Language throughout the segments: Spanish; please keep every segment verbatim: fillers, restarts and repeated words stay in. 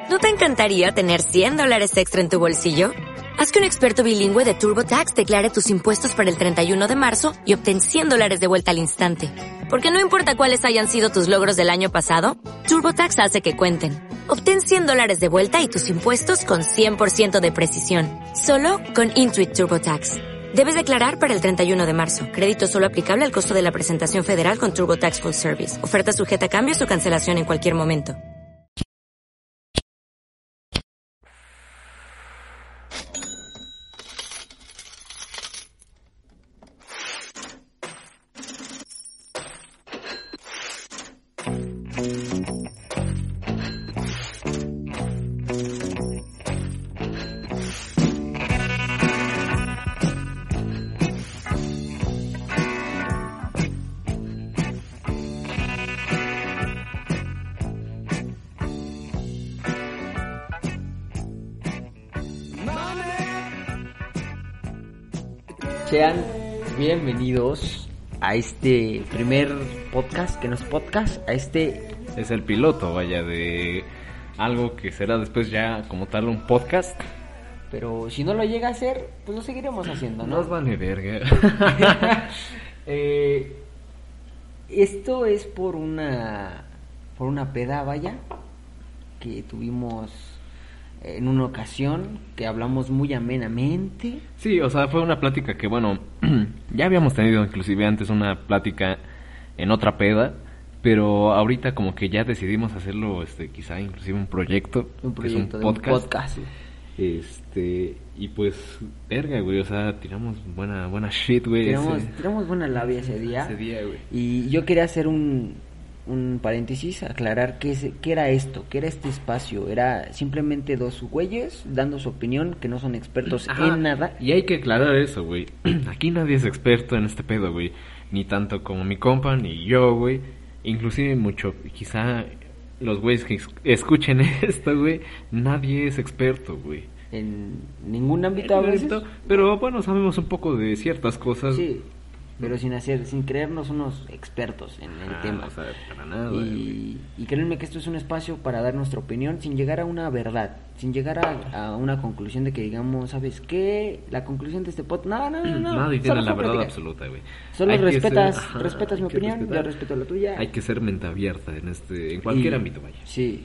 ¿No te encantaría tener cien dólares extra en tu bolsillo? Haz que un experto bilingüe de TurboTax declare tus impuestos para el treinta y uno de marzo y obtén cien dólares de vuelta al instante. Porque no importa cuáles hayan sido tus logros del año pasado, TurboTax hace que cuenten. Obtén cien dólares de vuelta y tus impuestos con cien por ciento de precisión. Solo con Intuit TurboTax. Debes declarar para el treinta y uno de marzo. Crédito solo aplicable al costo de la presentación federal con TurboTax Full Service. Oferta sujeta a cambios o cancelación en cualquier momento. Sean bienvenidos a este primer podcast, que no es podcast, a este... Es el piloto, vaya, de algo que será después ya como tal un podcast. Pero si no lo llega a hacer, pues lo seguiremos haciendo, ¿no? Nos van a verga. eh, esto es por una, por una peda, vaya, que tuvimos... en una ocasión que hablamos muy amenamente. Sí, o sea, fue una plática que, bueno, ya habíamos tenido inclusive antes una plática en otra peda, pero ahorita como que ya decidimos hacerlo, este, quizá inclusive un proyecto, un proyecto es un de podcast, un podcast. Este, y pues, verga, güey, o sea, tiramos buena buena shit, güey. Tiramos, ese, tiramos buena labia ese día. Ese día, güey. Y yo quería hacer un... un paréntesis, aclarar qué, es, qué era esto, qué era este espacio. Era simplemente dos güeyes dando su opinión, que no son expertos Ajá. en nada. Y hay que aclarar eso, güey. Aquí nadie es experto en este pedo, güey. Ni tanto como mi compa, ni yo, güey. Inclusive mucho, quizá los güeyes que escuchen esto, güey, nadie es experto, güey. En ningún ámbito a veces. Pero bueno, sabemos un poco de ciertas cosas. Sí. Pero sin hacer, sin creernos unos expertos en el ah, tema. O sea, para nada, y, y créanme que esto es un espacio para dar nuestra opinión sin llegar a una verdad, sin llegar a, a una conclusión de que digamos, ¿sabes qué? La conclusión de este podcast, no, no, no, no. Nadie tiene la verdad absoluta, güey. Solo hay respetas, ser, ajá, respetas mi opinión, yo respeto la tuya. Hay que ser mente abierta en este, en cualquier y, ámbito, vaya. Sí.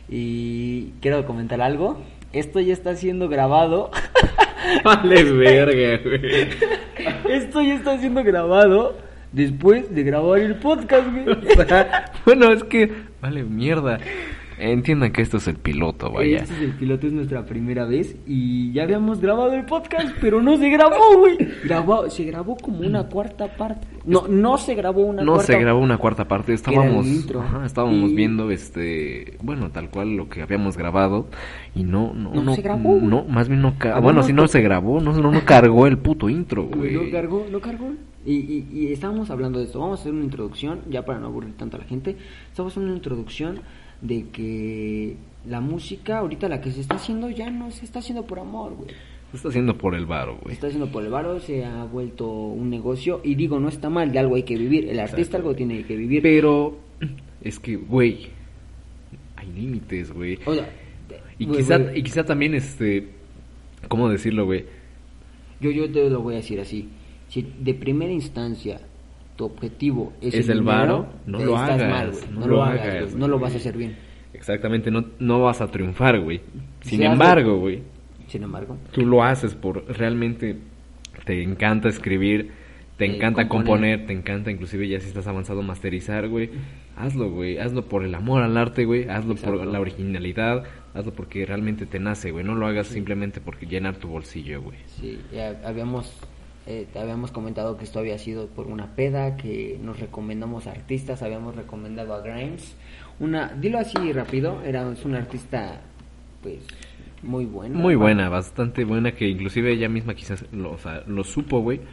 Y quiero comentar algo. Esto ya está siendo grabado. Vale, verga, güey. Esto ya está siendo grabado después de grabar el podcast, güey. O sea, bueno, es que vale mierda. Entiendan que esto es el piloto, vaya. Este es el piloto, es nuestra primera vez y ya habíamos grabado el podcast, pero no se grabó, güey. Grabó, se grabó como una cuarta parte. No, no se grabó una no cuarta. No se grabó una cuarta parte. Estábamos, ajá, estábamos y... viendo, este, bueno, tal cual lo que habíamos grabado y no, no, no, no se grabó. Güey. No, más bien no, ca- bueno, si no se grabó, no, no, no cargó el puto intro, güey. No cargó, no cargó. Y, y, y estábamos hablando de esto. Vamos a hacer una introducción, ya para no aburrir tanto a la gente. Estamos haciendo una introducción de que la música ahorita la que se está haciendo ya no se está haciendo por amor, güey. Se está haciendo por el varo, güey. Se está haciendo por el varo, se ha vuelto un negocio y digo, no está mal, de algo hay que vivir. El artista Exacto. algo tiene que vivir. Pero es que, güey, hay límites, güey. O sea, y güey, quizá güey. y quizá también este, ¿cómo decirlo, güey? Yo yo te lo voy a decir así. Si de primera instancia tu objetivo es, es el, el varo, no lo hagas, mal, no, no lo lo hagas, hagas, güey. no lo vas a hacer bien. Exactamente, no no vas a triunfar, güey. Sin Se embargo, güey. Sin embargo, tú lo haces por realmente te encanta escribir, te eh, encanta componer. componer, te encanta inclusive ya si estás avanzado masterizar, güey. Hazlo, güey, hazlo por el amor al arte, güey, hazlo Exacto. por la originalidad, hazlo porque realmente te nace, güey, no lo hagas sí. simplemente porque llenar tu bolsillo, güey. Sí, ya habíamos eh, habíamos comentado que esto había sido por una peda, que nos recomendamos a artistas, habíamos recomendado a Grimes, una, dilo así rápido, era es una artista pues muy buena. Muy buena, bastante buena, que inclusive ella misma quizás lo, o sea, lo supo, güey.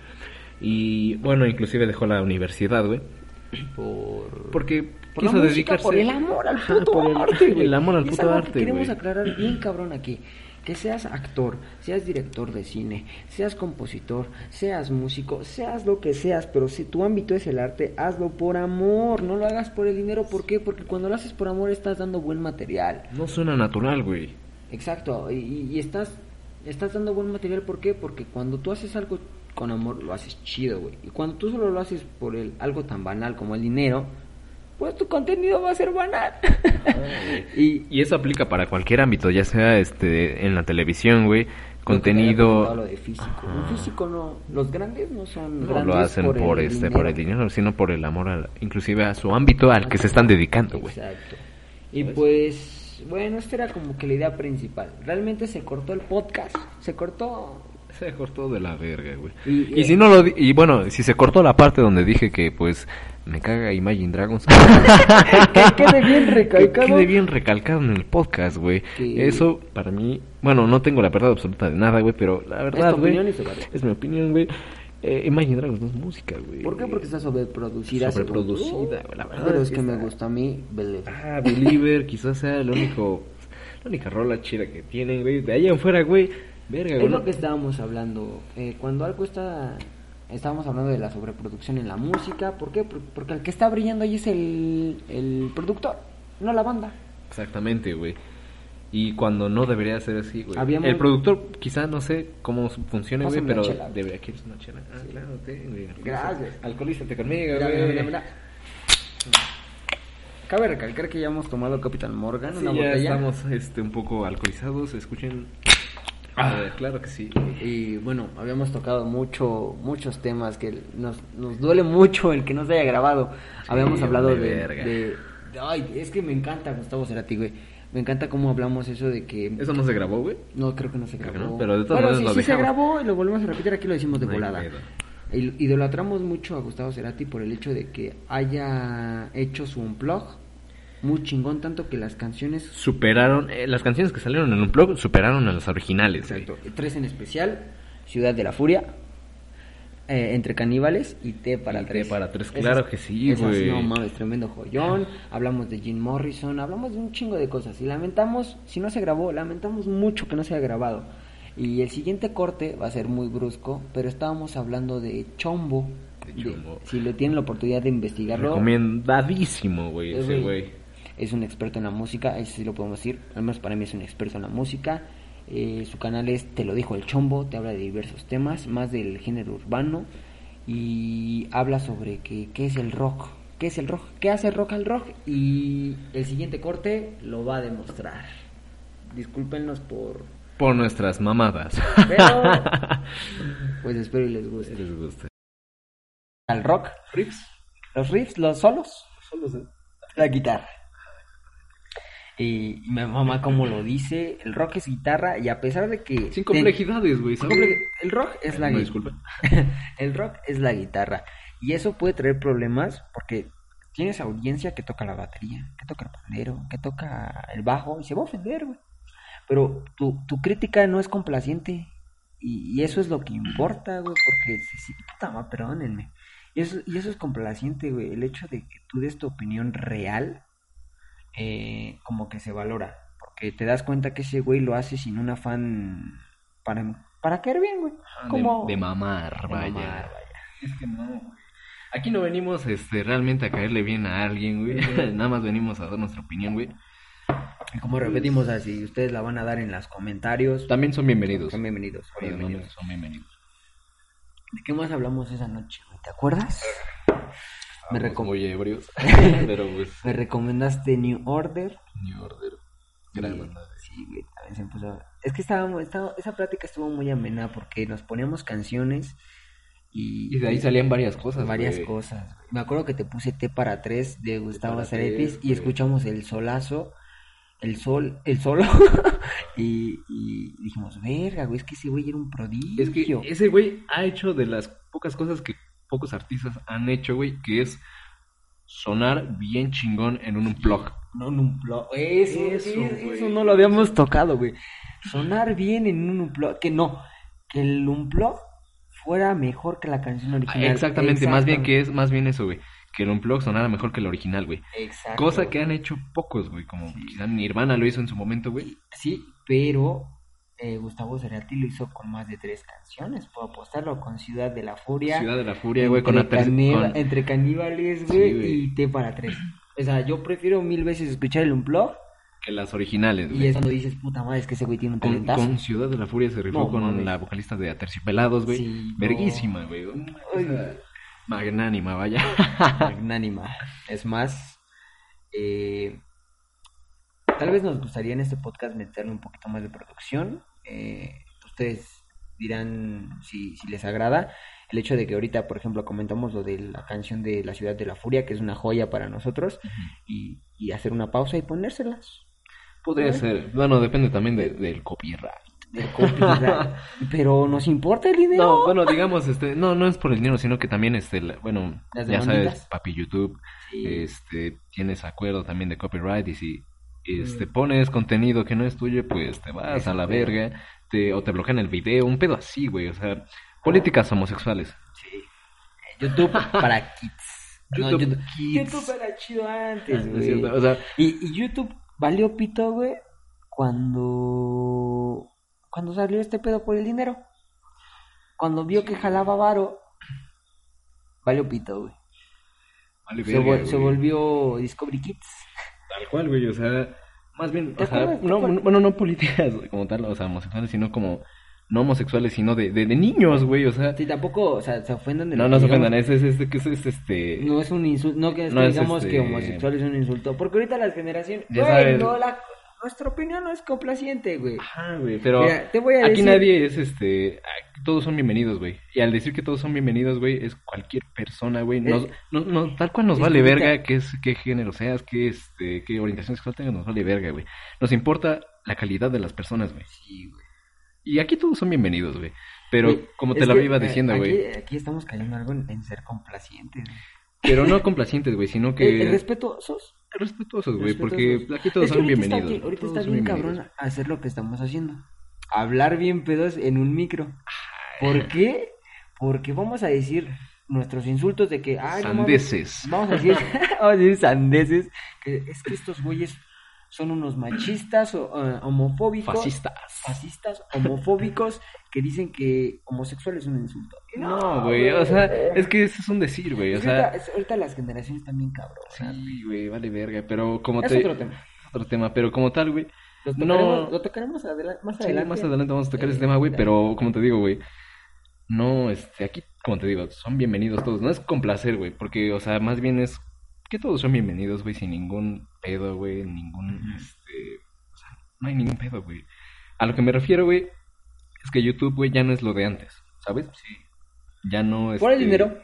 Y bueno, inclusive dejó la universidad, güey. Por... Porque por quiso música, dedicarse... por el amor al puto Ajá, arte, el, güey. el amor al y puto arte, güey. Queremos aclarar bien cabrón aquí. Que seas actor, seas director de cine, seas compositor, seas músico, seas lo que seas, pero si tu ámbito es el arte, hazlo por amor, no lo hagas por el dinero. ¿Por qué? Porque cuando lo haces por amor estás dando buen material. No suena natural, güey. Exacto, y, y estás, estás dando buen material. ¿Por qué? Porque cuando tú haces algo con amor, lo haces chido, güey. Y cuando tú solo lo haces por el, algo tan banal como el dinero, pues tu contenido va a ser banal. y, y eso aplica para cualquier ámbito, ya sea este en la televisión, güey, contenido. Lo de físico. Un físico no, los grandes no son no grandes lo hacen por, por el este dinero. por el dinero, sino por el amor al, inclusive a su ámbito al que se están dedicando, güey. Exacto. Y pues bueno, esta era como que la idea principal. Realmente se cortó el podcast, se cortó Se cortó de la verga, güey. Y, Y eh, si no lo di- y bueno, si se cortó la parte donde dije que pues me caga Imagine Dragons. que quede bien Que recalcado. quede bien recalcado en el podcast, güey. Que- Eso para mí, bueno, no tengo la verdad absoluta de nada, güey, pero la verdad, tu güey, opinión y se vale. es mi opinión, güey. Eh, Imagine Dragons no es música, güey. ¿Por qué? Porque está sobreproducida. según tú. Sobreproducida, güey, la verdad Pero es es que que me está- gusta a mí, Believer. Ah, Believer quizás sea el único, la única rola chida que tienen, güey. De ahí en fuera, güey, verga, güey. Es ¿no? lo que estábamos hablando. Eh, cuando algo está. Estábamos hablando de la sobreproducción en la música. ¿Por qué? Por- Porque el que está brillando ahí es el, el productor, no la banda. Exactamente, güey. Y cuando no debería ser así, güey. Habíamos- El productor, quizá no sé cómo funciona, güey, Pásame la pero chela. debería. ¿Quieres una chela? Ah, Sí. claro, te, güey. Gracias. Alcoholízate conmigo, Mira, güey. mira, mira, mira. Cabe recalcar que ya hemos tomado Capitán Morgan, Sí, una ya botella. estamos este, un poco alcoholizados, escuchen. Ah. Eh, claro que sí. Y bueno, habíamos tocado mucho, muchos temas que nos, nos duele mucho el que no se haya grabado. habíamos hablado hombre, de, verga. de, de- Ay, es que me encanta Gustavo Cerati, güey. Me encanta cómo hablamos eso de que... ¿Eso no se grabó, güey? No, creo que no se Creo grabó. que no, pero de todas bueno, maneras sí, lo sí se dejamos. grabó y lo volvemos a repetir, aquí lo decimos de No hay volada. pedo. Il- Idolatramos mucho a Gustavo Cerati por el hecho de que haya hecho su unplug muy chingón, tanto que las canciones... Superaron, eh, las canciones que salieron en un blog superaron a las originales, güey. Exacto. Tres en especial, Ciudad de la Furia, eh, Entre Caníbales y T para Y T tres. para tres, Esas- claro que sí, esas, güey. No mames, tremendo joyón. Hablamos de Jim Morrison, hablamos de un chingo de cosas. Y lamentamos, si no se grabó, lamentamos mucho que no se haya grabado. Y el siguiente corte va a ser muy brusco, pero estábamos hablando de Chombo. De De- Chombo. si lo tienen la oportunidad de investigarlo. Recomendadísimo, güey, Eh, ese güey, güey. Es un experto en la música, eso sí lo podemos decir. Al menos para mí es un experto en la música. Eh, su canal es Te lo dijo el Chombo, te habla de diversos temas, más del género urbano. Y habla sobre que, qué es el rock, qué es el rock, qué hace el rock al rock. Y el siguiente corte lo va a demostrar. Discúlpenos por... Por nuestras mamadas. Pero, pues espero y les guste. Les gusta. Al rock, riffs, los riffs, los solos, la guitarra. Y mi mamá como lo dice, el rock es guitarra y a pesar de que... Sin complejidades, güey, Sin ¿sabes? comple- El rock es la No, gui- disculpa. El rock es la guitarra y eso puede traer problemas porque tienes audiencia que toca la batería, que toca el pandero, que toca el bajo y se va a ofender, güey. Pero tu, tu crítica no es complaciente y, y eso es lo que importa, güey, porque si, si puta madre, perdónenme. Y eso, y eso es complaciente, güey, el hecho de que tú des tu opinión real, eh, como que se valora, porque te das cuenta que ese güey lo hace sin un afán para, para caer bien, güey. Como... De, de mamar, de vaya. mamar, vaya. Es que no, güey. Aquí no venimos este, realmente a caerle bien a alguien, güey. Nada más venimos a dar nuestra opinión, güey. Y como repetimos así, ustedes la van a dar en los comentarios. También son bienvenidos. Son bienvenidos. son Los bienvenidos. nombres son bienvenidos. ¿De qué más hablamos esa noche, güey? ¿Te acuerdas? Me, Estamos recom- muy ebrios. Pero pues. me recomendaste New Order. New Order. Gran Y- banda. Sí, güey, también se puso... Es que estábamos, estaba- esa plática estuvo muy amena porque nos poníamos canciones y... Y de ahí salían varias cosas. varias güey. cosas. güey. Me acuerdo que te puse T para tres de Gustavo para Cerati tres, y güey. escuchamos el solazo, el sol, el solo y, y dijimos, verga, güey, es que ese güey era un prodigio. Es que ese güey ha hecho de las pocas cosas que pocos artistas han hecho, güey, que es sonar bien chingón en un unplug. No, en un plug. Eso, Eso, eso, güey. eso no lo habíamos tocado, güey. Sonar bien en un unplug. Que no, que el unplug fuera mejor que la canción original. Exactamente, más bien que es más bien eso, güey. Que el unplug sonara mejor que el original, güey. Exacto. Cosa que han hecho pocos, güey, como quizá Nirvana lo hizo en su momento, güey. Sí, pero eh, Gustavo Cerati lo hizo con más de tres canciones. Puedo apostarlo con Ciudad de la Furia. Ciudad de la Furia, güey, con la Entre, ter- caníba- con- entre caníbales, Sí, güey, güey. y T para tres. O sea, yo prefiero mil veces escuchar el Unplug. que las originales, Y güey. es cuando dices, puta madre, es que ese güey tiene un Con, talentazo. con Ciudad de la Furia se rifó No, con mames. la vocalista de Aterciopelados, güey. Sí, no. Verguísima, güey. Una cosa magnánima, vaya. Magnánima. Es más, eh, tal vez nos gustaría en este podcast meterle un poquito más de producción. Eh, ustedes dirán si, si les agrada. El hecho de que ahorita, por ejemplo, comentamos lo de la canción de La Ciudad de la Furia, que es una joya para nosotros, y, y hacer una pausa y ponérselas. Podría ser. Bueno, depende también de- del copyright. Del copyright. Pero nos importa el dinero. No, bueno, digamos, este, no, no es por el dinero, sino que también, este, la- bueno, Las ya demanditas. sabes, papi YouTube, Sí. este, tienes acuerdo también de copyright y si, este, Mm. pones contenido que no es tuyo, pues te vas Eso, a la güey. verga, te, o te bloquean el video, un pedo así, güey, o sea, políticas homosexuales. Sí. YouTube para kids. No, YouTube YouTube, Kids. YouTube era chido antes, Es güey. cierto, o sea, Y, y YouTube valió pito, güey, cuando cuando salió este pedo por el dinero. Cuando vio que jalaba varo, valió pito, güey. vale Se, verga, vol- se güey. volvió Discovery Kids. Tal cual, güey, o sea, más bien, ¿Te o sea, acuerdas? ¿Te no, acuerdas? no- bueno, no políticas como tal, o sea, homosexuales, sino como, no homosexuales, sino de, de, de niños, güey, o sea, Sí, tampoco, o sea, se ofendan de lo no, que no se digamos. ofendan, es, es, este, que es, es este, No es un insulto, no que, es No que es digamos este- que homosexual es un insulto, porque ahorita las generaciones, Ya güey, sabes. no, la, nuestra opinión no es complaciente, güey. ajá, güey, pero Mira, te voy a aquí decir- nadie es, este, aquí todos son bienvenidos, güey, y al decir que todos son bienvenidos, güey, es cualquier persona, güey, nos, Es- no, no, tal cual nos es vale ahorita- verga qué es, qué género seas, qué, este, qué orientación sexual tengas, nos vale verga, güey, nos importa la calidad de las personas, güey, Sí, güey. y aquí todos son bienvenidos, güey, pero Güey, como te es la que, iba eh, diciendo, aquí, güey, aquí estamos cayendo algo en, en ser complacientes, güey. pero no complacientes, güey, sino que Eh, eh, respetuosos. respetuosos, güey, respetuosos. porque aquí todos Es que son ahorita está bienvenidos. bien- ahorita todos está son bien bienvenidos. cabrón hacer lo que estamos haciendo. Hablar bien pedos en un micro. ¿Por qué? Porque vamos a decir nuestros insultos de que... Ay, no mames, Sandeces. vamos a decir, vamos a decir sandeces. Que es que estos güeyes son unos machistas o eh, homofóbicos. Fascistas. Fascistas, homofóbicos, que dicen que homosexual es un insulto. Y No, güey, o sea, es que eso es un decir, güey, o Es que ahorita, sea, es- ahorita las generaciones también cabrón. sí, güey, vale verga, pero como Es te... otro tema. otro tema, pero como tal, güey, Lo no... tocaremos, lo tocaremos adela- más Sí, adelante. más adelante vamos a tocar ese Eh, tema, güey, eh, pero como te digo, güey, no, este, aquí, como te digo, son bienvenidos todos, no es complacer, güey, porque, o sea, más bien es que todos son bienvenidos, güey, sin ningún pedo, güey, ningún, este, o sea, no hay ningún pedo, güey. A lo que me refiero, güey, es que YouTube, güey, ya no es lo de antes, ¿sabes? Sí. Ya no es... Por el dinero.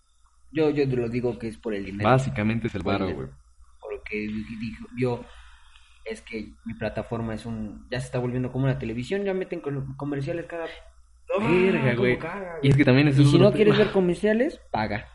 Yo, yo te lo digo que es por el dinero. Básicamente es el Por el varo, dinero. güey. Porque di- dijo, vio, es que mi plataforma es un, ya se está volviendo como una televisión, ya meten con- comerciales cada... Verga, cómo güey. caga, Y es que también es Y si otro no tema. quieres ver comerciales, paga.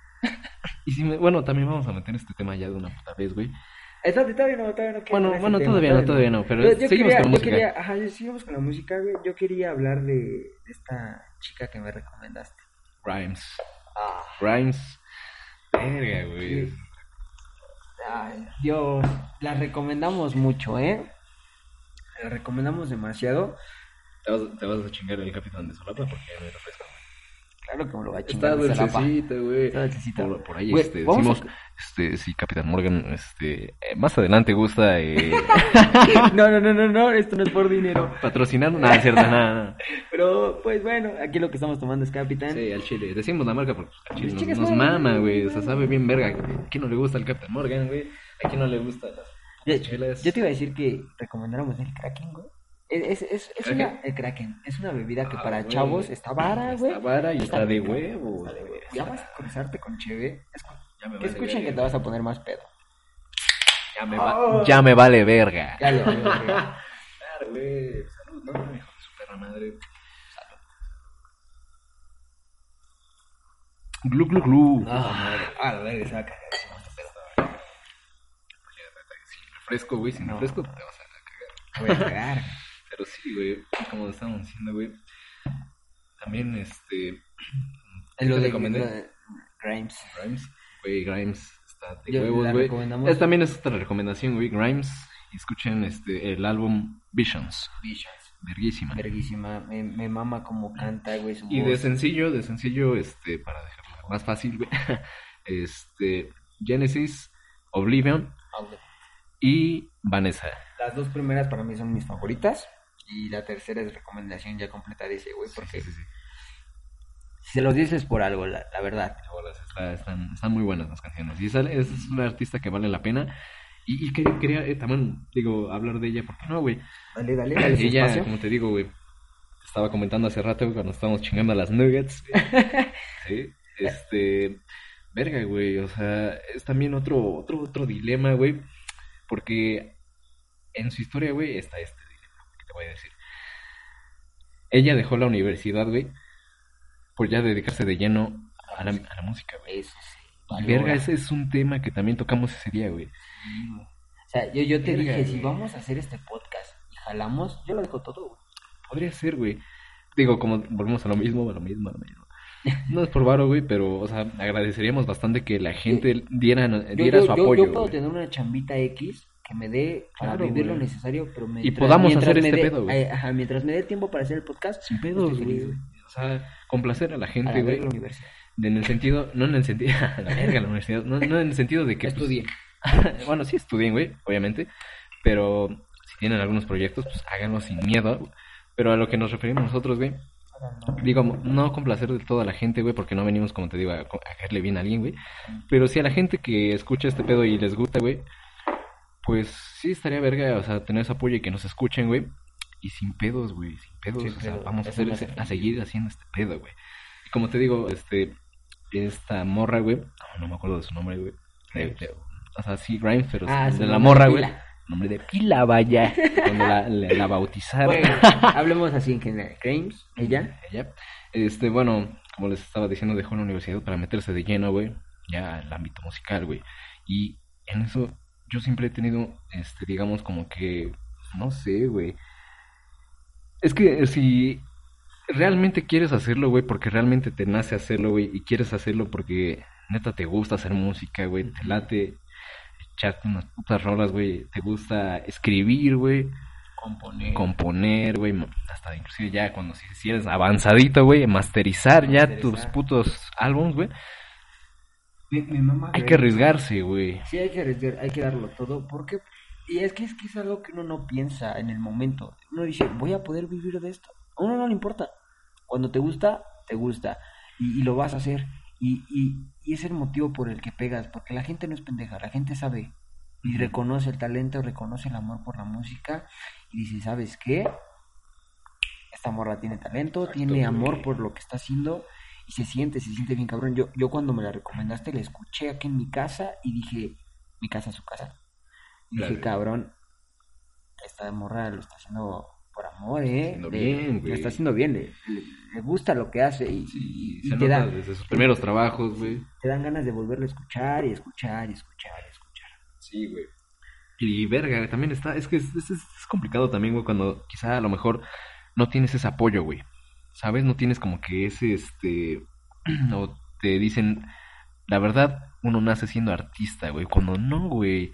Y si me- bueno, también vamos a meter este tema ya de una puta vez, güey. Está- Todavía no, todavía no quiero Bueno, hablar de bueno, ese tema, todavía no, todavía no, pero Yo- yo seguimos quería- con yo música. quería- ajá, yo- seguimos con la música, güey. Yo quería hablar de, de esta chica que me recomendaste. Rhymes. Ah, Rhymes. Verga, güey. sí. Ay, Dios, la recomendamos mucho, ¿eh? La recomendamos demasiado. Te vas, te vas a chingar el Capitán de Solapa porque ya me refresco. Claro que me lo va a Está chingar. de Salapa. dulcecito, güey. Está dulcecito. Por, por ahí, Güey, este, vamos decimos, este, sí, Capitán Morgan, este, eh, más adelante gusta, eh, No, no, no, no, no, esto no es por dinero. patrocinar, nada, es cierto, nada, nada. Pero, pues bueno, aquí lo que estamos tomando es Capitán. Sí, al chile, decimos la marca porque pues, al chile Pues, nos, chicas, nos madre, mama, güey, güey, o sea, güey. sabe bien verga. ¿A quién no le gusta el Capitán Morgan, güey? ¿A quién no le gusta las Yo, chelas? yo te iba a decir que recomendáramos el Kraken, güey. Es, es, es, es ¿Kraken? una, el Kraken es una bebida que Ah, para güey. chavos está vara, güey. Está vara y está de rica, huevo. está de huevo. Ya vas a cruzarte con cheve. Escu- Ya me que vale escuchen verga. que te vas a poner más pedo. Ya me, va- ya me vale verga. Ya le valió, güey. Claro, güey. Salud, ¿no? Hijo de su perra madre. Salud. Glu, glu, glu. Ah, a la verga, se va a cagar. Sin refresco, güey, sin No. refresco te vas a cagar. Voy a cagar. Pero sí, güey, como estábamos diciendo, güey. También, este. Es lo ¿Qué te de, recomendé? lo de Grimes. Grimes. Güey, Grimes está de Yo huevos, la güey. recomendamos. Es, también es otra recomendación, güey. Grimes. Y escuchen este, el álbum Visions. Visions. verguísima. Verguísima, me, me mama como canta, güey, su Y voz. de sencillo, de sencillo, este, para dejarlo más fácil, güey, este, Genesis, Oblivion y Vanessa. Las dos primeras para mí son mis favoritas. Y la tercera es recomendación ya completa de ese, güey, porque Sí, sí, sí. si se los dices por algo, la, la verdad. Ahora está- están, están muy buenas las canciones. Y sale- es, es una artista que vale la pena. Y, y quería, quería eh, también, digo, hablar de ella, porque no, güey. Dale, dale, dale su Ella, espacio. como te digo, güey, te estaba comentando hace rato, güey, cuando estábamos chingando a las nuggets. Sí, este, verga, güey, o sea, es también otro, otro, otro dilema, güey, porque en su historia, güey, está este dilema, que te voy a decir. Ella dejó la universidad, güey, por ya dedicarse de lleno a la, a la música, güey. Eso sí. Y valora. verga, ese es un tema que también tocamos ese día, güey. Sí, güey. O sea, yo, yo te Verga, dije, güey. si vamos a hacer este podcast y jalamos, yo lo dejo todo, güey. Podría ser, güey. Digo, como volvemos a lo mismo, a lo mismo, a lo mismo. No es por varo, güey, pero, o sea, agradeceríamos bastante que la gente diera, Yo, diera yo, su yo- apoyo, yo puedo güey. tener una chambita X que me dé para Claro, vivir güey. lo necesario, pero Y mientras, podamos mientras hacer me este dé- pedo, güey. eh, ajá, mientras me dé tiempo para hacer el podcast, Sin estoy pedos, feliz, güey. O sea, complacer a la A gente, la güey. verga la universidad. De- En el sentido, no en el sentido, a la verga la universidad, no, no en el sentido de que pues, Estudié. bueno, sí estudien, güey, obviamente, pero si tienen algunos proyectos, pues háganlo sin miedo. Pero a lo que nos referimos nosotros, güey, digo, no complacer de toda la gente, güey, porque no venimos, como te digo, a, a caerle bien a alguien, güey. Pero si a la gente que escucha este pedo y les gusta, güey, pues sí estaría verga, o sea, tener ese apoyo y que nos escuchen, güey. Y sin pedos, güey, sin pedos, Sin o sea, pedos, vamos a, eso hacer, me hace ese- a feliz. seguir haciendo este pedo, güey. Y como te digo, este, esta morra, güey, no, no me acuerdo de su nombre, güey. De- de- o sea, sí, Grimes, pero Ah, de su la nombre morra, de güey. pila. Nombre de pila, vaya. Cuando la, la, la bautizaron. Bueno, hablemos así en general. James, ella. Ella, este, bueno, como les estaba diciendo, dejó la universidad para meterse de lleno, güey, ya al ámbito musical, güey. Y en eso yo siempre he tenido, este, digamos, como que, no sé, güey. Es que si realmente quieres hacerlo, güey, porque realmente te nace hacerlo, güey, y quieres hacerlo porque neta te gusta hacer música, güey, te late echarte unas putas rolas, güey, te gusta escribir, güey, Componer. componer, güey, hasta inclusive ya cuando si, si eres avanzadito, güey, masterizar ya Masterizar. tus putos álbums, güey, Mi, mi mamá. hay güey. que arriesgarse, güey. Sí, hay que arriesgar, hay que darlo todo, porque y es que es que es algo que uno no piensa en el momento. Uno dice, voy a poder vivir de esto. A uno no le importa. Cuando te gusta, te gusta y, y lo vas a hacer. Y, y, y es el motivo por el que pegas, porque la gente no es pendeja, la gente sabe y reconoce el talento, reconoce el amor por la música y dice, ¿sabes qué? Esta morra tiene talento, Exacto, tiene güey. amor por lo que está haciendo y se siente, se siente bien cabrón. Yo, yo cuando me la recomendaste la escuché aquí en mi casa y dije, mi casa es su casa. Y dije, Claro. cabrón, esta morra lo está haciendo por amor, ¿eh? Haciendo Le- bien, Lo güey. está haciendo bien, le, le- le gusta lo que hace y, Sí, y se te, nota da, desde sus primeros trabajos, güey. te dan ganas de volverlo a escuchar y escuchar y escuchar y escuchar. Sí, güey. Y verga, también está, es que es, es, es complicado también, güey, cuando quizá a lo mejor no tienes ese apoyo, güey. ¿Sabes? No tienes como que ese, este, o te dicen, la verdad, uno nace siendo artista, güey. Cuando no, güey.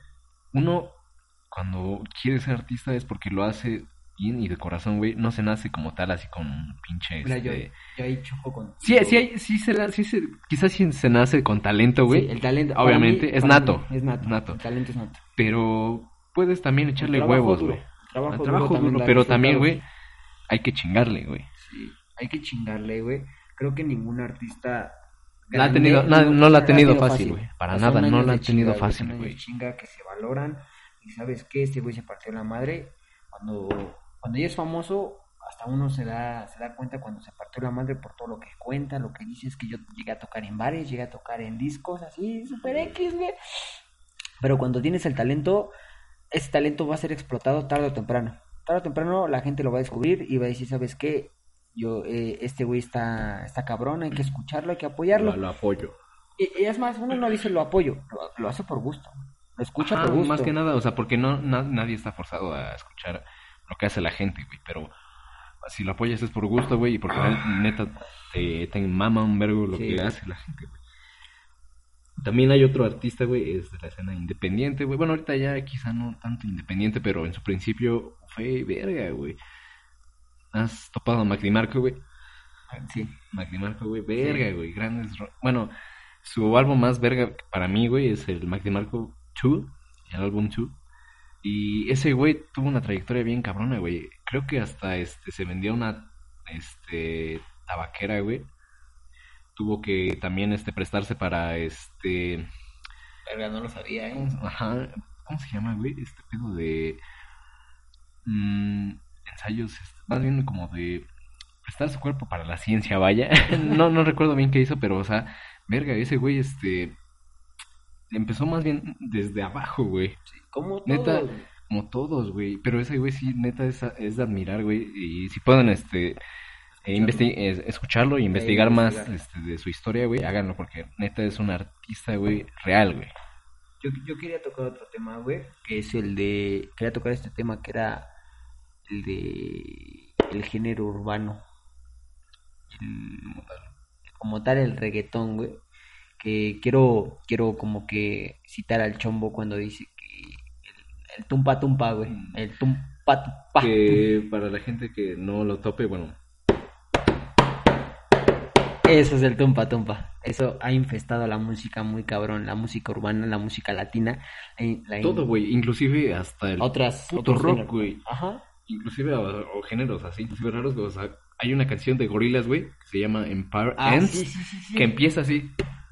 Uno, cuando quiere ser artista es porque lo hace bien y de corazón, güey. No se nace como tal, así con un pinche, Mira, yo, este... yo ahí choco con... Sí, sí, hay, sí, se, la- sí se, quizás sí se nace con talento, güey. Sí, el talento. para Obviamente, mí- es para nato, mí Es nato. es nato. El talento es nato. Pero puedes también echarle El trabajo huevos, duro, güey. el trabajo Al duro trabajo también duro, da pero también, resultados. güey, hay que chingarle, güey. Sí, hay que chingarle, güey. Creo que ningún artista... La ha grande tenido- no- ningún no la ha artista tenido fácil, güey. Para O sea, nada, son no años la ha de tenido chinga, güey, fácil, son años güey. de chinga que se valoran. Y sabes qué, este güey se partió la madre. Cuando, cuando ya es famoso, hasta uno se da, se da cuenta cuando se partió la madre por todo lo que cuenta, lo que dice es que yo llegué a tocar en bares, llegué a tocar en discos, así, super X, güey. Pero cuando tienes el talento, ese talento va a ser explotado tarde o temprano. Tarde o temprano la gente lo va a descubrir y va a decir, ¿sabes qué? Yo, eh, este güey está, está cabrón, hay que escucharlo, hay que apoyarlo. Lo, lo apoyo. Y, y es más, uno no dice lo apoyo, lo, lo hace por gusto. Lo escucha Ajá, por gusto. más que nada, o sea, porque no na- nadie está forzado a escuchar lo que hace la gente, güey, pero si lo apoyas es por gusto, güey, y porque neta te, te mama un vergo lo Sí. que hace la gente, güey. También hay otro artista, güey, es de la escena independiente, güey. Bueno, ahorita ya quizá no tanto independiente, pero en su principio fue verga, güey. ¿Has topado a Mac DiMarco, güey? Sí. Mac DiMarco, güey, verga, güey, grandes... ro- Bueno, su álbum más verga para mí, güey, es el Mac DiMarco dos, el álbum dos. Y ese güey tuvo una trayectoria bien cabrona, güey. Creo que hasta este se vendió una este tabaquera, güey. Tuvo que también este prestarse para este Verga, no lo sabía, ¿cómo, ¿eh? se- ajá, ¿cómo se llama, güey? Este pedo de mm, ensayos, este, más bien como de prestar su cuerpo para la ciencia, vaya. no no recuerdo bien qué hizo, pero o sea, verga, ese güey este empezó más bien desde abajo, güey. Como Neta, todo. como todos, güey. Pero ese güey sí, neta, es, es de admirar, güey. Y si pueden, este, eh, investi- eh, escucharlo y investigar más investigar. este, de su historia, güey, háganlo porque neta es un artista, güey, real, güey. Yo, yo quería tocar otro tema, güey, que es el de... Quería tocar este tema que era el de... el género urbano. El- como tal, el reggaetón, güey. Que quiero, quiero como que citar al Chombo cuando dice que el, el tumpa tumpa, güey. El tumpa tumpa. Que para la gente que no lo tope, bueno, Eso es el tumpa tumpa. Eso ha infestado la música muy cabrón, la música urbana, la música latina, eh, la in- todo, güey. Inclusive hasta el otras puto otros rock, géneros. güey. Ajá. Inclusive o, o géneros así, inclusive raros, güey. O sea, hay una canción de Gorillaz, güey, que se llama Empire Ah, Ends, sí, sí, sí, sí. que empieza así.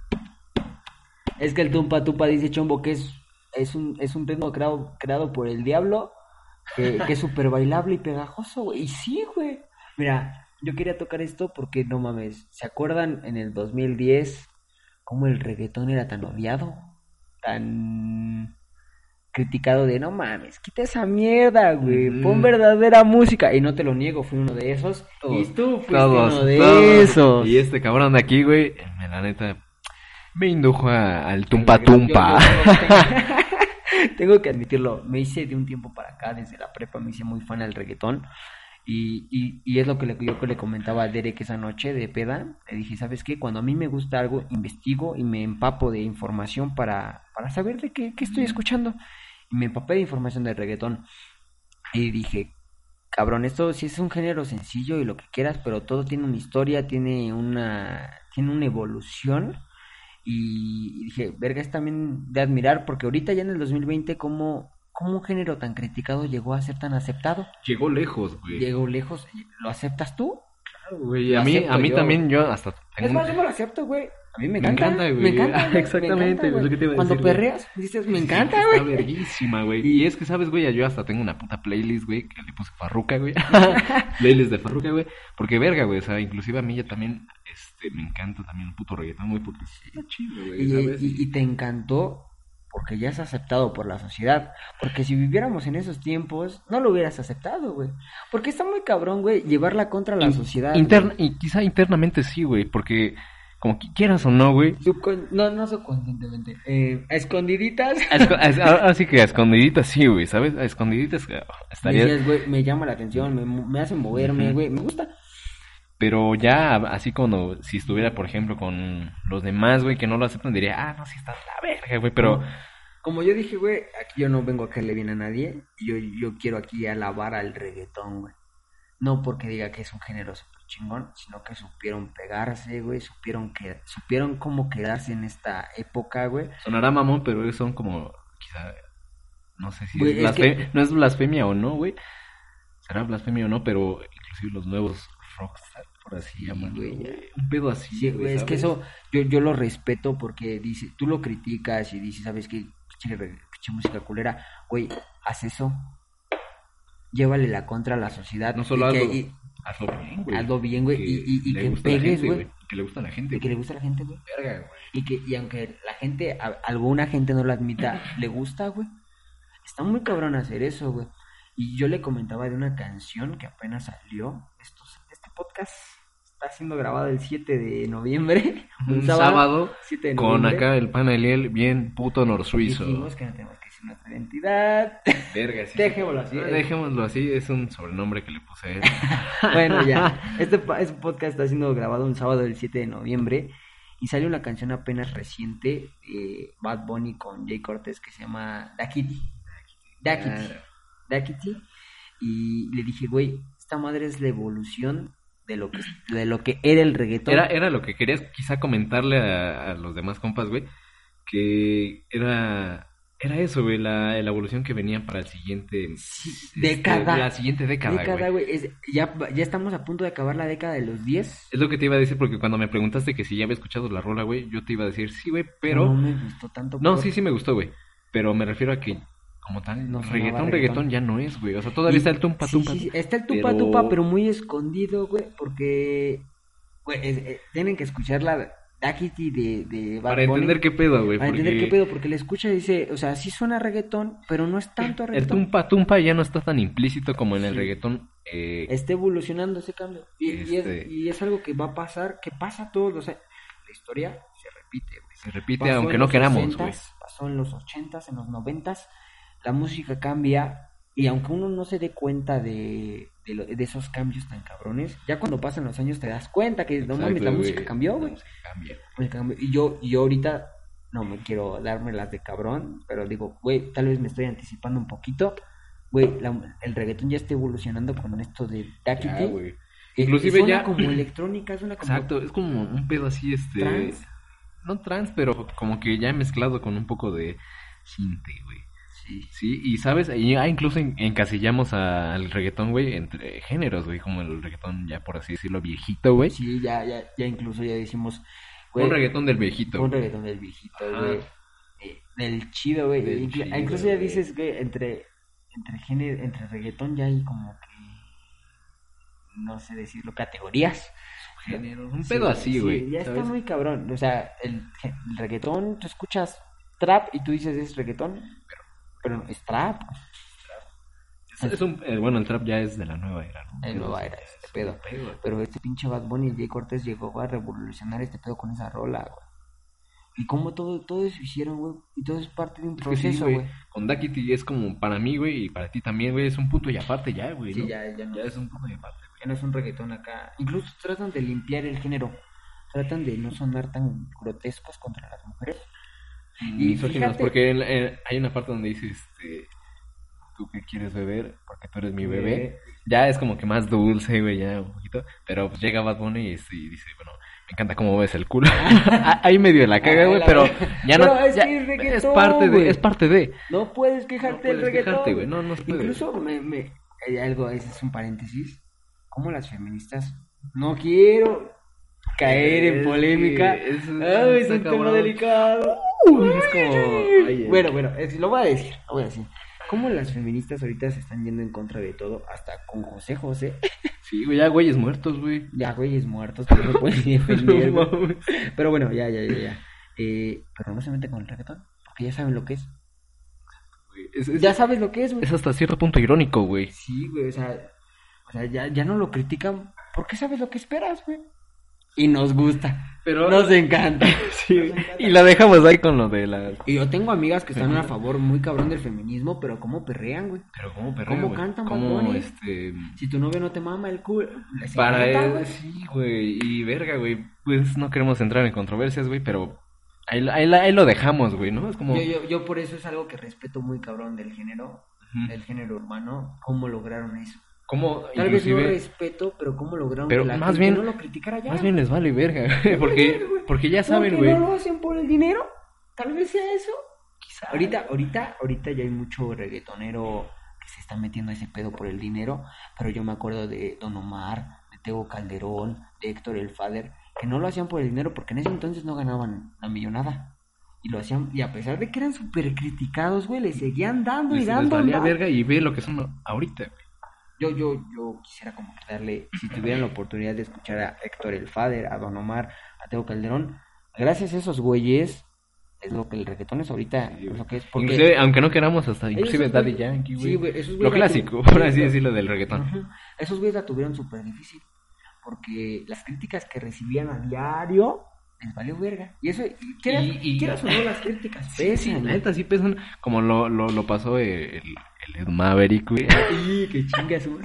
Es que el tumpa tumpa dice Chombo que es es un es un ritmo creado creado por el diablo que, que es súper bailable y pegajoso, güey. Y sí, güey. Mira, yo quería tocar esto porque no mames, ¿se acuerdan en el dos mil diez cómo el reggaetón era tan odiado? Tan criticado de no mames, quita esa mierda, güey, Ujú. pon verdadera música. Y no te lo niego, fui uno de esos. Y tú fuiste Todos, uno de todos. esos. Y este cabrón de aquí, güey, eh, la neta, me indujo a- al tumpa tumpa. Yo- yo tengo, tengo que admitirlo, me hice de un tiempo para acá, desde la prepa, me hice muy fan del reggaetón. Y, y, y es lo que le, yo que le comentaba a Derek esa noche de peda. Le dije, ¿sabes qué? Cuando a mí me gusta algo, investigo y me empapo de información para, para saber de qué, qué estoy escuchando. Y me empapé de información del reggaetón. Y dije, cabrón, esto sí es un género sencillo y lo que quieras, pero todo tiene una historia, tiene una, tiene una evolución. Y, y dije, verga, es también de admirar, porque ahorita ya en el dos mil veinte, ¿cómo, cómo un género tan criticado llegó a ser tan aceptado? Llegó lejos, güey. Llegó lejos, ¿lo aceptas tú? Claro, güey. Lo A mí, acepto a mí yo. también, yo hasta tengo Es más, yo no lo acepto, güey. A mí me Me encanta, encanta, güey. me encanta, Ah, güey, exactamente, me encanta, güey, es lo que te iba a Cuando decir, güey. perreas, dices, me encanta, Está güey. verguísima, güey. Y es que, ¿sabes, güey? Yo hasta tengo una puta playlist, güey, que le puse Farruca, güey. Playlist de Farruca, güey. Porque, verga, güey, o sea, inclusive a mí ya también, este, me encanta también el puto reggaetón, muy puto. Está chido, güey, Y, ¿sabes? y- y te encantó porque ya es aceptado por la sociedad. Porque si viviéramos en esos tiempos, no lo hubieras aceptado, güey. Porque está muy cabrón, güey, llevarla contra la In- sociedad. interna- y quizá internamente sí, güey, porque como que quieras o no, güey. Subcon- no, no subconscientemente. Eh, a escondiditas. a esco- a- a- Así que a escondiditas sí, güey, ¿sabes? A escondiditas eh, estaría... Decías, güey, me llama la atención, me, me hace moverme, Ujú. güey, me gusta. Pero ya, así como si estuviera, por ejemplo, con los demás, güey, que no lo aceptan, diría, ah, no, sí está de la verga, güey, pero... Como yo dije, güey, aquí yo no vengo a caerle bien a nadie. Yo, yo quiero aquí alabar al reggaetón, güey. No porque diga que es un género súper chingón, sino que supieron pegarse, güey, supieron que supieron cómo quedarse en esta época, güey. Sonará mamón, pero son como, quizá, no sé si Güey, es es que- blasfemia, no es blasfemia o no, güey. Será blasfemia o no, pero inclusive los nuevos rockstar, por así Sí, llamarlo, güey, güey. ya. Un pedo así, Sí, güey, es que ¿sabes? eso yo, yo lo respeto porque dice, tú lo criticas y dices, ¿sabes qué? Pinche re- pinche música culera, güey, haz eso. Llévale la contra a la sociedad. No solo y que- hazlo, y- hazlo bien, güey. hazlo bien, güey, y- y- y le que guste a la pegues, gente, güey. Que le gusta a la gente, y que le güey. gusta a la gente, güey. Verga, güey. Y que y aunque la gente, a- alguna gente no lo admita, le gusta, güey. Está muy cabrón hacer eso, güey. Y yo le comentaba de una canción que apenas salió. Esto, este podcast está siendo grabado el siete de noviembre. Un sábado, siete de con noviembre. acá el pan Eliel bien puto norsuizo. Dijimos que no tenemos que decir nuestra identidad. Verga, sí. Dejémoslo así. Ah, Dejémoslo así, es un sobrenombre que le puse a él. Bueno, ya. Este, pa- este podcast está siendo grabado un sábado el siete de noviembre. Y sale una canción apenas reciente de Bad Bunny con Jay Cortez que se llama Da Kitty. Da Kitty. Claro. Da Kitty. Y le dije, güey, esta madre es la evolución de lo que de lo que era el reggaetón. Era, era lo que querías quizá comentarle a, a los demás compas, güey, que era era eso, güey, la, la evolución que venía para el siguiente Sí, este, década. la siguiente década, Década, güey. güey. Es- ya, ya estamos a punto de acabar la década de los diez. Es lo que te iba a decir porque cuando me preguntaste que si ya había escuchado la rola, güey, yo te iba a decir, sí, güey, pero No me gustó tanto. no, por- sí, sí me gustó, güey, pero me refiero a que como tal, No sonaba reggaetón, reggaetón. reggaetón ya no es, güey, o sea, todavía Y- está el tumpa, sí, tumpa. sí, sí, está el tupa pero- tupa, pero muy escondido, güey, porque güey, es- eh, tienen que escuchar la Daquiti de, de Bad Para Bunny entender qué pedo, güey, para porque entender qué pedo, porque le escucha y dice, o sea, sí suena reggaetón, pero no es tanto el reggaetón. tumpa, tumpa ya no está tan implícito como en el Sí. reggaetón. Eh, Está evolucionando ese cambio. Y, y es, Este- y es algo que va a pasar, que pasa todos los años. La historia se repite, güey. se repite Pasó aunque en no los queramos, güey. sesentas, pasó en los ochentas, en los noventas, la música cambia y aunque uno no se dé cuenta de, de, lo- de esos cambios tan cabrones, ya cuando pasan los años te das cuenta que no mames, Exacto, la güey. música cambió, güey. La música cambia. La música cambió. Y yo, y yo ahorita no me quiero darme las de cabrón, pero digo, güey, tal vez me estoy anticipando un poquito. Güey, la- el reggaetón ya está evolucionando con esto de Ya, Daquiti. güey. que Inclusive suena ya- como electrónica, suena como Exacto, es como un pedo así, este... trans. No trans, pero como que ya mezclado con un poco de cinte, güey. Sí. Sí, y sabes, y ya incluso en- encasillamos a- al reggaetón, güey, entre géneros, güey, como el reggaetón ya por así decirlo viejito, güey. Sí, ya, ya, ya incluso ya decimos, güey, Un reggaetón del viejito. un güey. reggaetón del viejito, Ajá. güey, eh, del chido, güey, Del Inclu- chido, incluso ya güey. dices, güey, entre, entre género, entre reggaetón ya hay como que, no sé decirlo, categorías. Géneros, un Sí, pedo así, sí, güey. ya ¿sabes? está muy cabrón, o sea, el, ge- el reggaetón, tú escuchas trap y tú dices es reggaetón, pero, pero no, es trap, Es, es un, eh, bueno, el trap ya es de la nueva era, ¿no? Es nueva era, este pedo. Pero este pinche Bad Bunny, el Jay Cortés, llegó a revolucionar este pedo con esa rola, güey. Y como todo, todo eso hicieron, güey. Y todo es parte de un Es que sí, proceso, güey. güey. Con Daquiti es como para mí, güey, y para ti también, güey, es un punto y aparte ya, güey. Sí, ¿no? ya, ya no. Ya es un punto y aparte, güey. Ya no es un reggaetón acá. Incluso tratan de limpiar el género. Tratan de no sonar tan grotescos contra las mujeres. Y Misóginos, fíjate- porque en- en- hay una parte donde dice, este, tú que quieres beber, porque tú eres mi bebé. Ya es como que más dulce, güey, ya un poquito. Pero pues llega Bad Bunny y, este, y dice, bueno, me encanta cómo ves el culo. Ahí medio la caga, Ay, güey, la pero verdad. ya no. Pero es ya- que es reggaetón, es parte güey. de, es parte de. No puedes quejarte No puedes del reggaetón. quejarte, güey, no, no se puede. Incluso me, me, hay algo, ese es un paréntesis. Como las feministas, no quiero caer en Es polémica. que es- Ay, es está un tema cabrón. delicado. Uy, es como. ay, Bueno, bueno, es- lo voy a decir, lo voy a decir. ¿Cómo las feministas ahorita se están yendo en contra de todo? Hasta con José José. Sí, güey, ya güeyes muertos, güey. Ya, güeyes muertos, que no pueden ni defender, No güey. mames. Pero bueno, ya, ya, ya, ya. Eh, pero no se meten con el reggaetón, porque ya saben lo que es. Güey, Es, es- Ya sabes lo que es, güey. es hasta cierto punto irónico, güey. Sí, güey, o sea, o sea ya, ya no lo critican porque sabes lo que esperas, güey. Y nos gusta, Pero- nos encanta. Sí, Nos encanta. y la dejamos ahí con lo de la. Y yo tengo amigas que están a favor muy cabrón del feminismo, pero cómo perrean, güey. Pero cómo perrea, ¿Cómo güey? cantan, Bad ¿Cómo, Bunny? este. Si tu novio no te mama el culo, les Para encanta, él, güey. sí, güey. Y verga, güey. Pues no queremos entrar en controversias, güey, pero. Ahí, ahí, ahí lo dejamos, güey, ¿no? Es como. Yo, yo, yo por eso es algo que respeto muy cabrón del género, Ujú. del género urbano, cómo lograron eso. Como, Tal vez no inclusive. respeto, pero cómo lograron Pero que la más gente bien- no lo criticara ya. Más bien les vale verga, güey. Porque, porque ya saben, Porque güey. no lo hacen por el dinero. Tal vez sea eso. Quizá. Ahorita, ahorita, ahorita ya hay mucho reggaetonero que se está metiendo ese pedo por el dinero, pero yo me acuerdo de Don Omar, de Tego Calderón, de Héctor el Father, que no lo hacían por el dinero porque en ese entonces no ganaban la millonada. Y lo hacían, y a pesar de que eran súper criticados, güey, le seguían dando Les, y les dando. valía dando. verga y ve lo que son ahorita, güey. Yo, yo, yo quisiera como que darle, si tuvieran la oportunidad de escuchar a Héctor el Father, a Don Omar, a Tego Calderón, gracias a esos güeyes, es lo que el reggaetón es ahorita, Sí, es lo que es. Porque Inclusive, aunque no queramos, hasta inclusive esos Daddy güey- Yankee, güey. sí, güey, esos güeyes Lo la clásico, tu- por así sí, decirlo, del reggaetón. Ujú. Esos güeyes la tuvieron súper difícil, porque las críticas que recibían a diario les valió verga. Y eso, y quieras, Y- y- quieras o no, las críticas Sí, pesan, sí, la güey. neta sí pesan. Como lo, lo, lo pasó el, el Ed Maverick, güey. Sí, que chinga su...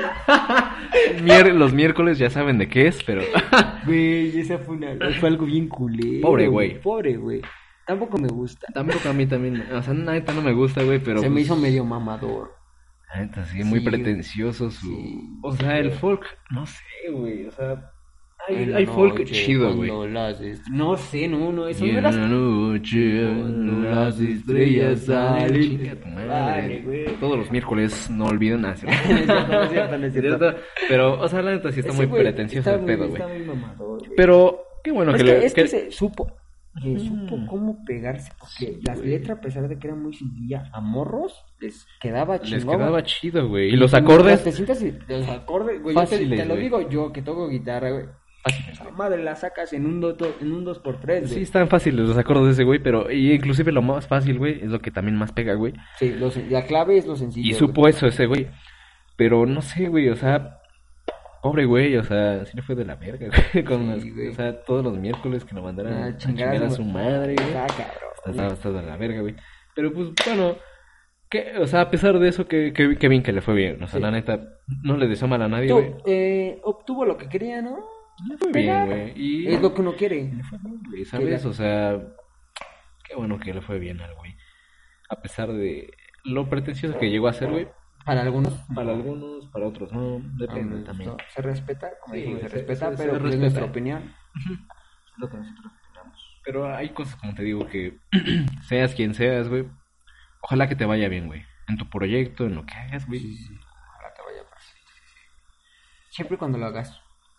Mier- los miércoles ya saben de qué es, pero. Güey, esa fue, una, fue algo bien culero. Pobre güey. Pobre güey. Tampoco me gusta. Tampoco a mí también. O sea, la neta no me gusta, güey, pero. Se me pues, hizo medio mamador. La neta, sí, muy Sí, pretencioso su... sí, o sea, el sí. folk, no sé, güey, o sea... Hay, En la hay folk noche, chido, güey. cuando las est- No sé, no, no, eso Y no en era... la noche, cuando las estrellas salen... Chinga tu Vale, madre, güey. todos los miércoles no olviden hacer... No es cierto, no es cierto, no es cierto. Pero, o sea, la neta sí está Ese muy güey pretencioso está el muy- pedo, güey. Está muy mamador, güey. Pero, qué bueno Es que, que, le... es que que- se supo, que Ujú. supo cómo pegarse, porque Sí, las güey. letras, a pesar de que eran muy sencillas, a morros les quedaba les chingón. quedaba chido, güey. Y los mientras acordes... te sientas y- los acordes, güey, yo te, Fáciles, te lo güey. digo yo, que toco guitarra, güey. Esa madre la sacas en un, do, en un dos por tres, güey. Sí, están fáciles los acordes de ese güey, pero y inclusive lo más fácil, güey, es lo que también más pega, güey. Sí, lo sen- la clave es lo sencillo. Y güey. supo eso ese güey. Pero no sé, güey, o sea, pobre güey, o sea, sí le fue de la verga, güey. Con Sí, las- güey. o sea, todos los miércoles que lo mandaran Ah, a chingar chingar a a su- su madre, güey. Ah, cabrón. Estaba hasta de la verga, güey. Pero pues, bueno, que, o sea, a pesar de eso, que, que, que bien que le fue bien. O sea, Sí. la neta, no le deseo mal a nadie, Tú, güey. eh, obtuvo lo que quería, ¿no? Le fue Pegar. bien, güey. Y Es lo que uno quiere. le fue bien, güey, ¿sabes? la- O sea, qué bueno que le fue bien al güey. A pesar de lo pretencioso que llegó a ser, güey. Para algunos. Para algunos, para otros no, depende Ah, también. no, se respeta, como Sí, dijimos, se, se- respeta, se- se pero pues, es respeta. nuestra opinión. Es lo que nosotros opinamos. Pero hay cosas, como te digo, que seas quien seas, güey. Ojalá que te vaya bien, güey. En tu proyecto, en lo que hagas, güey. Sí, sí, sí. Ojalá te vaya perfecto. Siempre y cuando lo hagas.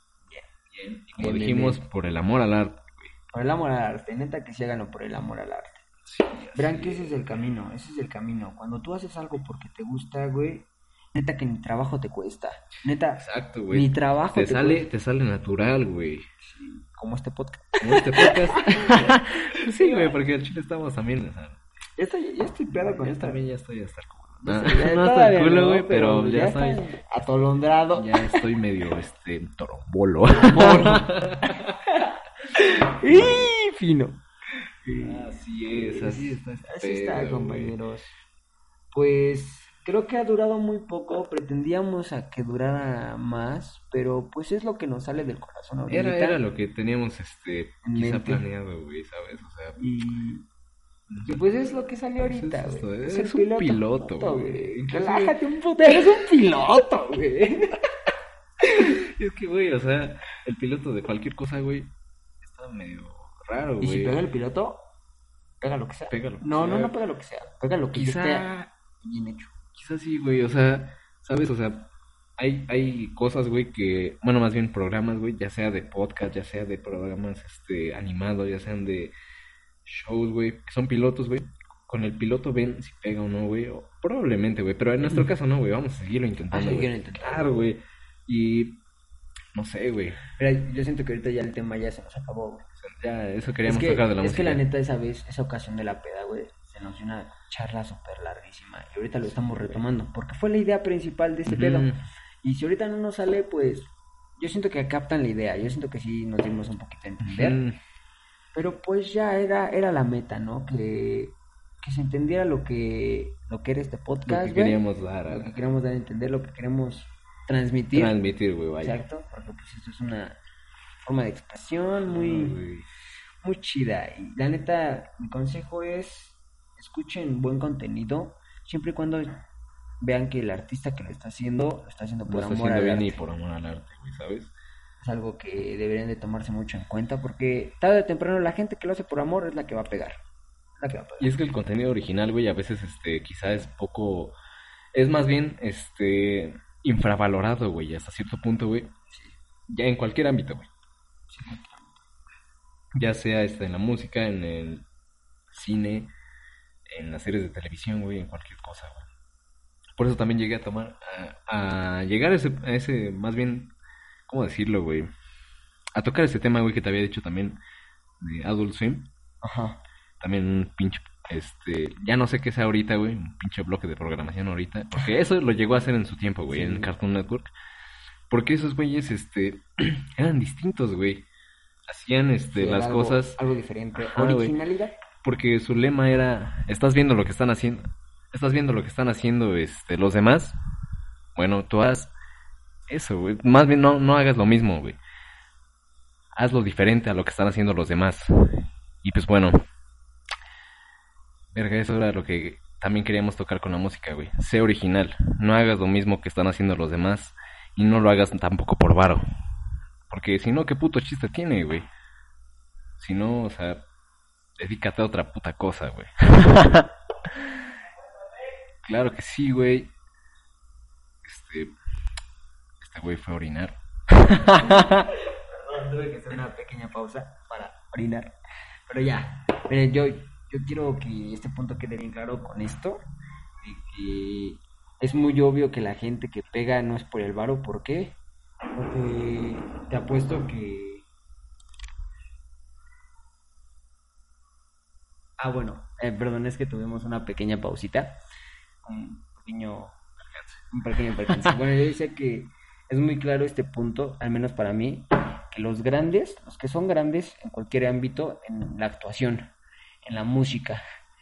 Bien. Y como Bien, bien, dijimos, bien. por el amor al arte, güey. Por el amor al arte, neta que sí háganlo por el amor al arte. Sí, Verán así que ese es el camino, ese es el camino. Cuando tú haces algo porque te gusta, güey, neta que ni trabajo te cuesta. Neta, Exacto, güey. ni trabajo Te te, sale, cuesta. te sale natural, güey. Como este podcast. Como este podcast. Pues sí, güey, porque al chile estamos también, o sea, Ya estoy, ya estoy pedo con yo esta. también ya estoy hasta el culo. Ya No, estoy- ya no hasta todavía el culo, no, güey, pero ya estoy, está atolondrado. ya estoy medio, este, torombolo. ¡Y fino! Así es, así está. este Así está, pedo, compañeros. Pues creo que ha durado muy poco. Pretendíamos a que durara más, pero pues es lo que nos sale del corazón güey. ahorita. Era, era lo que teníamos, este, En quizá mente. planeado, güey, ¿sabes? O sea, Y, y pues es lo que salió ahorita, Es güey. esto, el es un piloto, güey. Inclusive- Relájate un puto, eres un piloto, güey. es que, güey, o sea, el piloto de cualquier cosa, güey, está medio raro, Y güey. si pega el piloto, pega lo que sea. Pega lo que no, sea. no, no pega lo que sea. Pega lo que ya esté Quizá, bien hecho. quizá sí, güey, o sea, ¿sabes? O sea, hay, hay cosas, güey, que, bueno, más bien programas, güey, ya sea de podcast, ya sea de programas, este, animados, ya sean de shows, güey, que son pilotos, güey. Con el piloto ven si pega o no, güey, o probablemente, güey, pero en nuestro caso no, güey, vamos a seguirlo intentando, Ah, güey. seguirlo intentando. Claro, güey, y no sé, güey, Mira, yo siento que ahorita ya el tema ya se nos acabó, güey. o sea, ya eso Es queríamos que, tocar de la es música. que la neta esa vez, esa ocasión de la peda, güey, se nos dio una charla súper larguísima. Y ahorita lo estamos retomando, porque fue la idea principal de este Ujú. pedo. Y si ahorita no nos sale, pues yo siento que captan la idea. Yo siento que sí nos dimos un poquito a entender. Ujú. Pero pues ya era, era la meta, ¿no? Que, que se entendiera lo que, lo que era este Lo podcast, que güey. queríamos dar a Lo que queríamos dar a entender, lo que queremos transmitir. transmitir, güey, vaya. Exacto, porque pues esto es una forma de expresión Ah, muy, güey. muy chida. Y la neta, mi consejo es escuchen buen contenido, siempre y cuando vean que el artista que lo está haciendo, lo está haciendo Lo por está amor haciendo al bien arte. y por amor al arte, güey, ¿sabes? Es algo que deberían de tomarse mucho en cuenta, porque tarde o temprano la gente que lo hace por amor es la que va a pegar. La que va a pegar. Y es que el contenido original, güey, a veces, este, quizá es poco, es más bien, este, infravalorado, güey, hasta cierto punto, güey. Ya en cualquier ámbito, güey. Ya sea, este, en la música, en el cine, en las series de televisión, güey, en cualquier cosa, güey. Por eso también llegué a tomar, a, a llegar a ese, a ese, más bien, ¿cómo decirlo, güey? A tocar ese tema, güey, que te había dicho también de Adult Swim. Ajá. También un pinche, este, ya no sé qué sea ahorita, güey, un pinche bloque de programación ahorita, porque eso lo llegó a hacer en su tiempo, güey, Sí. en Cartoon Network, porque esos güeyes, este, eran distintos, güey, hacían, este, Sí, las algo- cosas, Algo diferente. Ajá, güey. Originalidad. porque su lema era, estás viendo lo que están haciendo, estás viendo lo que están haciendo, este, los demás, bueno, tú haz eso, güey, más bien no, no hagas lo mismo, güey, hazlo diferente a lo que están haciendo los demás, y pues bueno, verga, eso era lo que también queríamos tocar con la música, güey. Sé original. No hagas lo mismo que están haciendo los demás. Y no lo hagas tampoco por varo. Porque si no, ¿qué puto chiste tiene, güey? Si no, o sea, dedícate a otra puta cosa, güey. Claro que sí, güey. Este... Este güey fue a orinar. Perdón, tuve que hacer una pequeña pausa para orinar. Pero ya, miren, yo, yo quiero que este punto quede bien claro con esto. De que es muy obvio que la gente que pega no es por el varo. ¿Por qué? Porque te apuesto que... Ah, bueno, eh, perdón, es que tuvimos una pequeña pausita. Un pequeño... Un pequeño percance. Bueno, yo decía que es muy claro este punto, al menos para mí, que los grandes, los que son grandes en cualquier ámbito, en la actuación, en la música,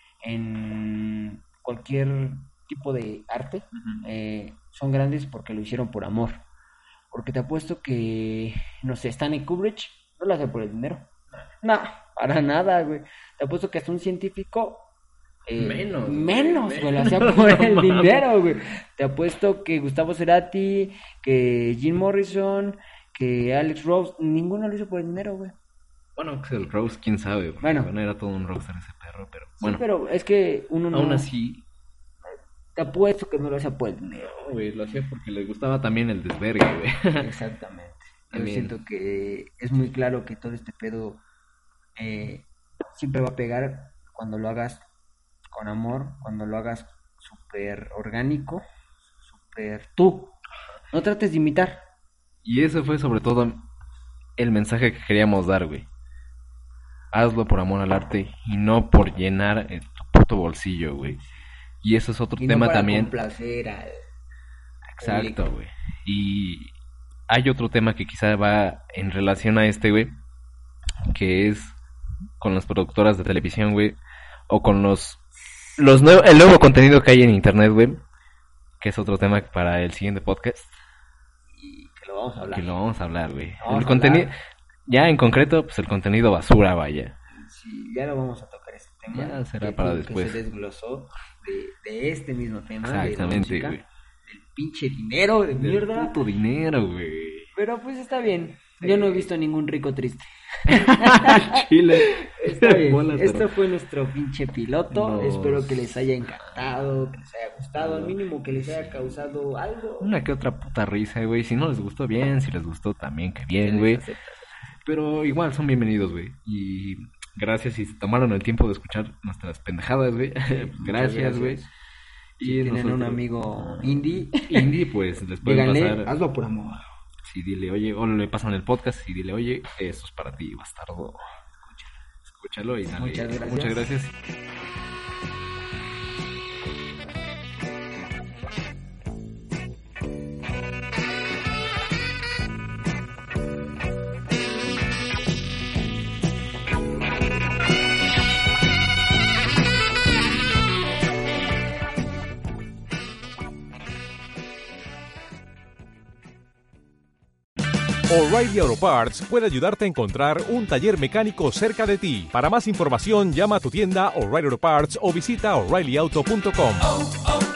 en cualquier tipo de arte, uh-huh. eh, son grandes porque lo hicieron por amor. Porque te apuesto que, no sé, Stanley Kubrick no lo hace por el dinero. No, para nada, güey. Te apuesto que hasta un científico... Eh, menos, menos, güey, lo hacía por el no, dinero, güey. Te apuesto que Gustavo Cerati, que Jim Morrison, que Alex Rose, ninguno lo hizo por el dinero, güey. Bueno, que el Rose, quién sabe, güey. Bueno, bueno, era todo un rockstar ese perro, pero sí, bueno. pero es que uno no... Aún así... Te apuesto que no lo hacía por el dinero, güey. Lo hacía porque le gustaba también el desvergue, güey. Exactamente. Yo siento que es muy claro que todo este pedo eh, siempre va a pegar cuando lo hagas con amor, cuando lo hagas súper orgánico, súper tú. No trates de imitar. Y eso fue sobre todo el mensaje que queríamos dar, güey. Hazlo por amor al arte y no por llenar tu puto bolsillo, güey. Y eso es otro y tema no para también. Complacer al... Exacto, güey. Y hay otro tema que quizá va en relación a este, güey, que es con las productoras de televisión, güey, o con los los nuevo, el nuevo contenido que hay en internet, güey, que es otro tema para el siguiente podcast. Y que lo vamos a hablar. Que lo vamos a hablar, güey. El contenido, ya en concreto, pues el contenido basura, vaya. Sí, ya lo vamos a tocar ese tema. Ya será para después. Que se desglosó de, de este mismo tema. Exactamente, de la música, güey. del pinche dinero de mierda. Del puto dinero, güey. Pero pues está bien. Sí. Yo no he visto ningún rico triste. Chile. Está bien. Bolas, Esto pero... fue nuestro pinche piloto. No. Espero que les haya encantado, que les haya gustado, al mínimo que les haya causado algo. Una que otra puta risa, güey. Si no les gustó, bien. Si les gustó, también, que bien, güey. Pero igual son bienvenidos, güey. Y gracias si se tomaron el tiempo de escuchar nuestras pendejadas, güey. Gracias, güey. Y si tienen nosotros... un amigo indie. Indie, pues les pueden Díganle, pasar. Hazlo por amor. Si dile, oye, o le pasan el podcast y dile, oye, esto es para ti, bastardo. Escúchalo. Escúchalo y dale. Muchas gracias. Muchas gracias. O'Reilly Auto Parts puede ayudarte a encontrar un taller mecánico cerca de ti. Para más información, llama a tu tienda O'Reilly Auto Parts o visita O'Reilly Auto punto com. Oh, oh.